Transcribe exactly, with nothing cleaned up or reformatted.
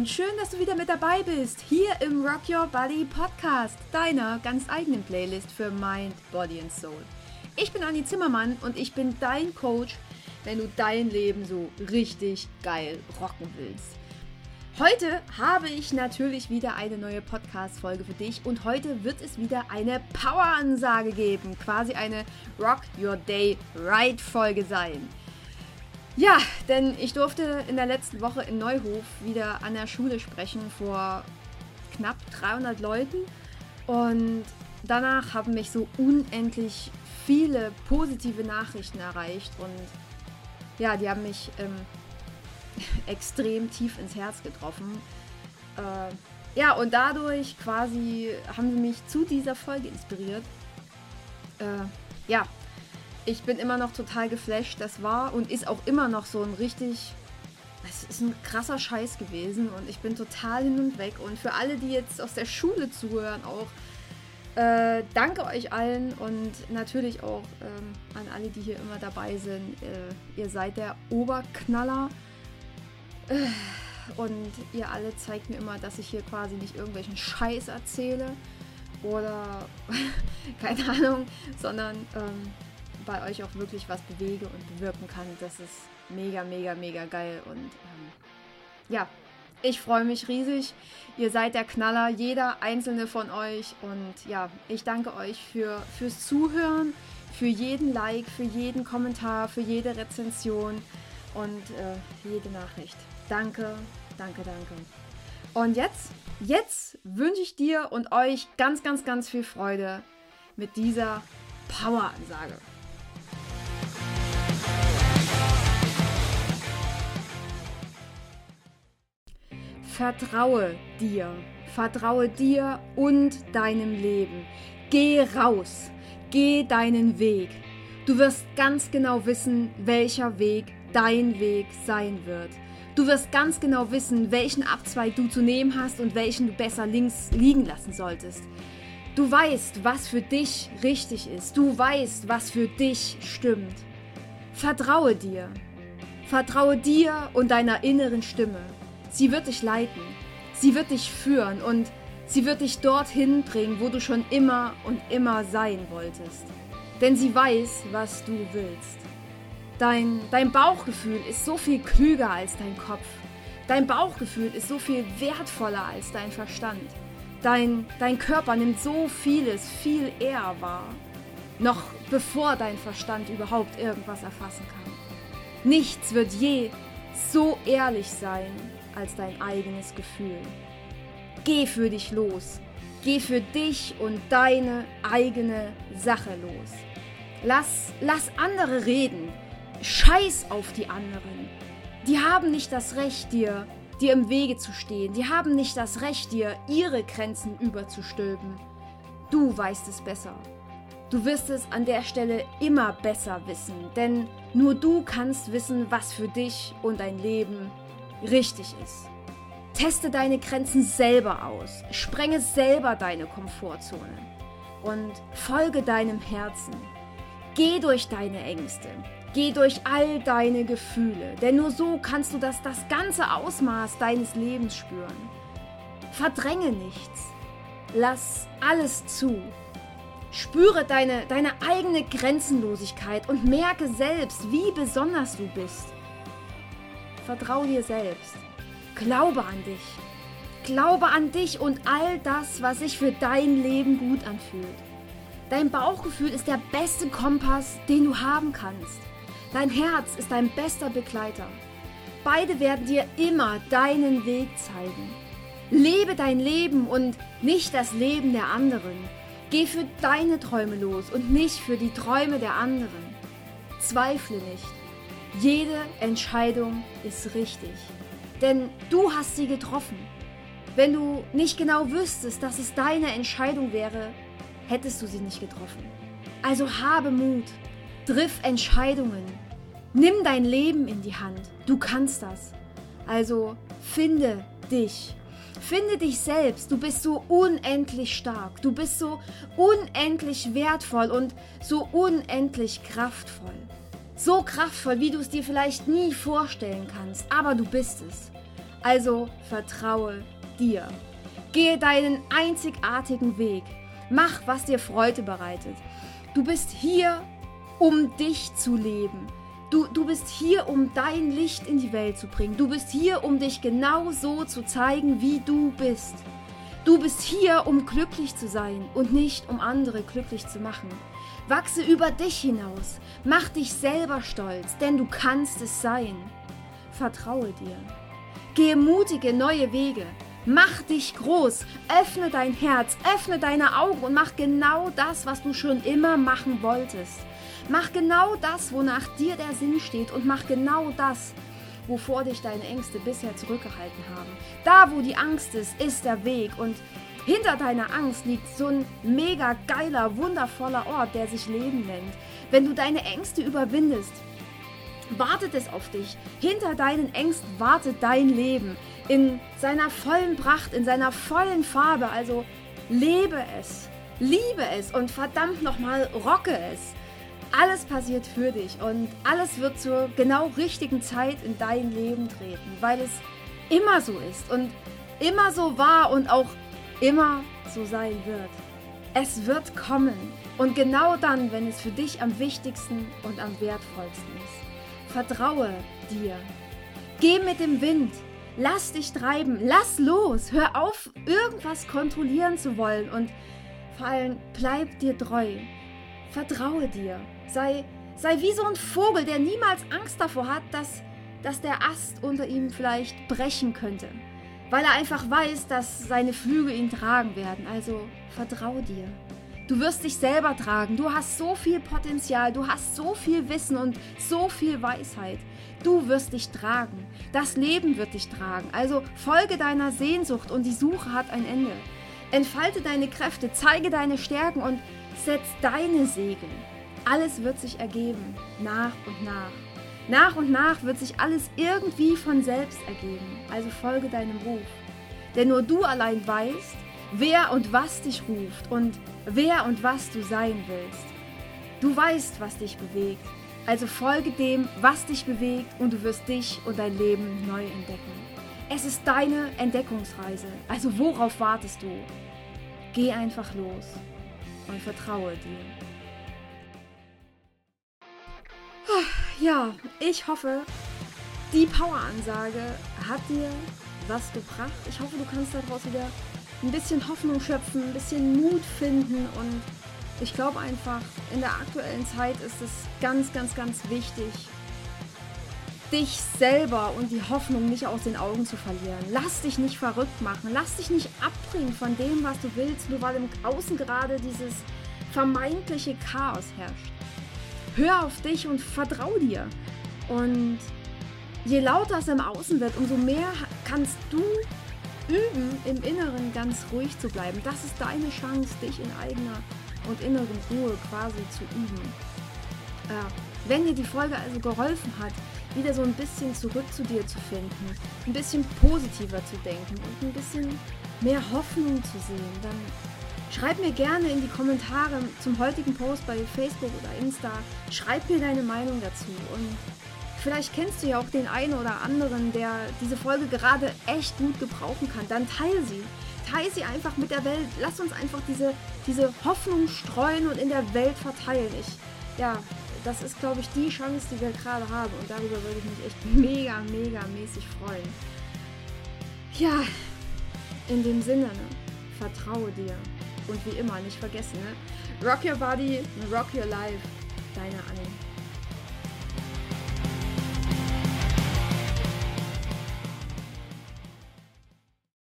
und schön, dass du wieder mit dabei bist, hier im Rock Your Body Podcast, deiner ganz eigenen Playlist für Mind, Body and Soul. Ich bin Anni Zimmermann und ich bin dein Coach, wenn du dein Leben so richtig geil rocken willst. Heute habe ich natürlich wieder eine neue Podcast-Folge für dich und heute wird es wieder eine Power-Ansage geben, quasi eine Rock Your Day Right-Folge sein. Ja, denn ich durfte in der letzten Woche in Neuhof wieder an der Schule sprechen vor knapp dreihundert Leuten und danach haben mich so unendlich viele positive Nachrichten erreicht und ja, die haben mich ähm, extrem tief ins Herz getroffen. Äh, ja, und dadurch quasi haben sie mich zu dieser Folge inspiriert. Äh, ja, ich bin immer noch total geflasht. Das war und ist auch immer noch so ein richtig, es ist ein krasser Scheiß gewesen und ich bin total hin und weg. Und für alle, die jetzt aus der Schule zuhören, auch äh, danke euch allen und natürlich auch ähm, an alle, die hier immer dabei sind. Äh, ihr seid der Oberknaller. Und ihr alle zeigt mir immer, dass ich hier quasi nicht irgendwelchen Scheiß erzähle oder keine Ahnung, sondern ähm, bei euch auch wirklich was bewege und bewirken kann. Das ist mega, mega, mega geil und ähm, ja, ich freue mich riesig. Ihr seid der Knaller, jeder einzelne von euch und ja, ich danke euch für, fürs Zuhören, für jeden Like, für jeden Kommentar, für jede Rezension und äh, jede Nachricht. Danke, danke, danke. Und jetzt, jetzt wünsche ich dir und euch ganz, ganz, ganz viel Freude mit dieser Power-Ansage. Vertraue dir, vertraue dir und deinem Leben. Geh raus, geh deinen Weg. Du wirst ganz genau wissen, welcher Weg dein Weg sein wird. Du wirst ganz genau wissen, welchen Abzweig du zu nehmen hast und welchen du besser links liegen lassen solltest. Du weißt, was für dich richtig ist. Du weißt, was für dich stimmt. Vertraue dir. Vertraue dir und deiner inneren Stimme. Sie wird dich leiten. Sie wird dich führen und sie wird dich dorthin bringen, wo du schon immer und immer sein wolltest. Denn sie weiß, was du willst. Dein, dein Bauchgefühl ist so viel klüger als dein Kopf. Dein Bauchgefühl ist so viel wertvoller als dein Verstand. Dein, dein Körper nimmt so vieles viel eher wahr, noch bevor dein Verstand überhaupt irgendwas erfassen kann. Nichts wird je so ehrlich sein als dein eigenes Gefühl. Geh für dich los. Geh für dich und deine eigene Sache los. Lass, lass andere reden. Scheiß auf die anderen. Die haben nicht das Recht, dir, dir im Wege zu stehen. Die haben nicht das Recht, dir ihre Grenzen überzustülpen. Du weißt es besser. Du wirst es an der Stelle immer besser wissen, denn nur du kannst wissen, was für dich und dein Leben richtig ist. Teste deine Grenzen selber aus. Sprenge selber deine Komfortzone und folge deinem Herzen. Geh durch deine Ängste. Geh durch all deine Gefühle, denn nur so kannst du das, das ganze Ausmaß deines Lebens spüren. Verdränge nichts. Lass alles zu. Spüre deine, deine eigene Grenzenlosigkeit und merke selbst, wie besonders du bist. Vertraue dir selbst. Glaube an dich. Glaube an dich und all das, was sich für dein Leben gut anfühlt. Dein Bauchgefühl ist der beste Kompass, den du haben kannst. Dein Herz ist dein bester Begleiter. Beide werden dir immer deinen Weg zeigen. Lebe dein Leben und nicht das Leben der anderen. Geh für deine Träume los und nicht für die Träume der anderen. Zweifle nicht. Jede Entscheidung ist richtig. Denn du hast sie getroffen. Wenn du nicht genau wüsstest, dass es deine Entscheidung wäre, hättest du sie nicht getroffen. Also habe Mut. Triff Entscheidungen. Nimm dein Leben in die Hand. Du kannst das. Also finde dich. Finde dich selbst. Du bist so unendlich stark. Du bist so unendlich wertvoll und so unendlich kraftvoll. So kraftvoll, wie du es dir vielleicht nie vorstellen kannst. Aber du bist es. Also vertraue dir. Gehe deinen einzigartigen Weg. Mach, was dir Freude bereitet. Du bist hier, um dich zu leben. Du, du bist hier, um dein Licht in die Welt zu bringen. Du bist hier, um dich genau so zu zeigen, wie du bist. Du bist hier, um glücklich zu sein und nicht, um andere glücklich zu machen. Wachse über dich hinaus. Mach dich selber stolz, denn du kannst es sein. Vertraue dir. Gehe mutige neue Wege. Mach dich groß. Öffne dein Herz, öffne deine Augen und mach genau das, was du schon immer machen wolltest. Mach genau das, wonach dir der Sinn steht und mach genau das, wovor dich deine Ängste bisher zurückgehalten haben. Da, wo die Angst ist, ist der Weg und hinter deiner Angst liegt so ein mega geiler, wundervoller Ort, der sich Leben nennt. Wenn du deine Ängste überwindest, wartet es auf dich. Hinter deinen Ängsten wartet dein Leben in seiner vollen Pracht, in seiner vollen Farbe. Also lebe es, liebe es und verdammt nochmal rocke es. Alles passiert für dich und alles wird zur genau richtigen Zeit in dein Leben treten, weil es immer so ist und immer so war und auch immer so sein wird. Es wird kommen und genau dann, wenn es für dich am wichtigsten und am wertvollsten ist. Vertraue dir. Geh mit dem Wind. Lass dich treiben. Lass los. Hör auf, irgendwas kontrollieren zu wollen und vor allem bleib dir treu. Vertraue dir. Sei, sei wie so ein Vogel, der niemals Angst davor hat, dass, dass der Ast unter ihm vielleicht brechen könnte. Weil er einfach weiß, dass seine Flügel ihn tragen werden. Also vertraue dir. Du wirst dich selber tragen. Du hast so viel Potenzial, du hast so viel Wissen und so viel Weisheit. Du wirst dich tragen. Das Leben wird dich tragen. Also folge deiner Sehnsucht und die Suche hat ein Ende. Entfalte deine Kräfte, zeige deine Stärken und setz deine Segel. Alles wird sich ergeben, nach und nach. Nach und nach wird sich alles irgendwie von selbst ergeben. Also folge deinem Ruf. Denn nur du allein weißt, wer und was dich ruft und wer und was du sein willst. Du weißt, was dich bewegt. Also folge dem, was dich bewegt und du wirst dich und dein Leben neu entdecken. Es ist deine Entdeckungsreise. Also worauf wartest du? Geh einfach los und vertraue dir. Ja, ich hoffe, die Power-Ansage hat dir was gebracht. Ich hoffe, du kannst daraus wieder ein bisschen Hoffnung schöpfen, ein bisschen Mut finden und ich glaube einfach, in der aktuellen Zeit ist es ganz, ganz, ganz wichtig, dich selber und die Hoffnung nicht aus den Augen zu verlieren. Lass dich nicht verrückt machen, lass dich nicht abbringen von dem, was du willst, nur weil im Außen gerade dieses vermeintliche Chaos herrscht. Hör auf dich und vertrau dir. Und je lauter es im Außen wird, umso mehr kannst du üben, im Inneren ganz ruhig zu bleiben. Das ist deine Chance, dich in eigener und inneren Ruhe quasi zu üben. Äh, wenn dir die Folge also geholfen hat, wieder so ein bisschen zurück zu dir zu finden, ein bisschen positiver zu denken und ein bisschen mehr Hoffnung zu sehen, dann schreib mir gerne in die Kommentare zum heutigen Post bei Facebook oder Insta, schreib mir deine Meinung dazu und vielleicht kennst du ja auch den einen oder anderen, der diese Folge gerade echt gut gebrauchen kann, dann teile sie. Teile sie einfach mit der Welt. Lass uns einfach diese, diese Hoffnung streuen und in der Welt verteilen. Ich, ja, das ist, glaube ich, die Chance, die wir gerade haben und darüber würde ich mich echt mega, mega mäßig freuen. Ja, in dem Sinne, ne? Vertraue dir. Und wie immer, nicht vergessen, ne? Rock your body, rock your life.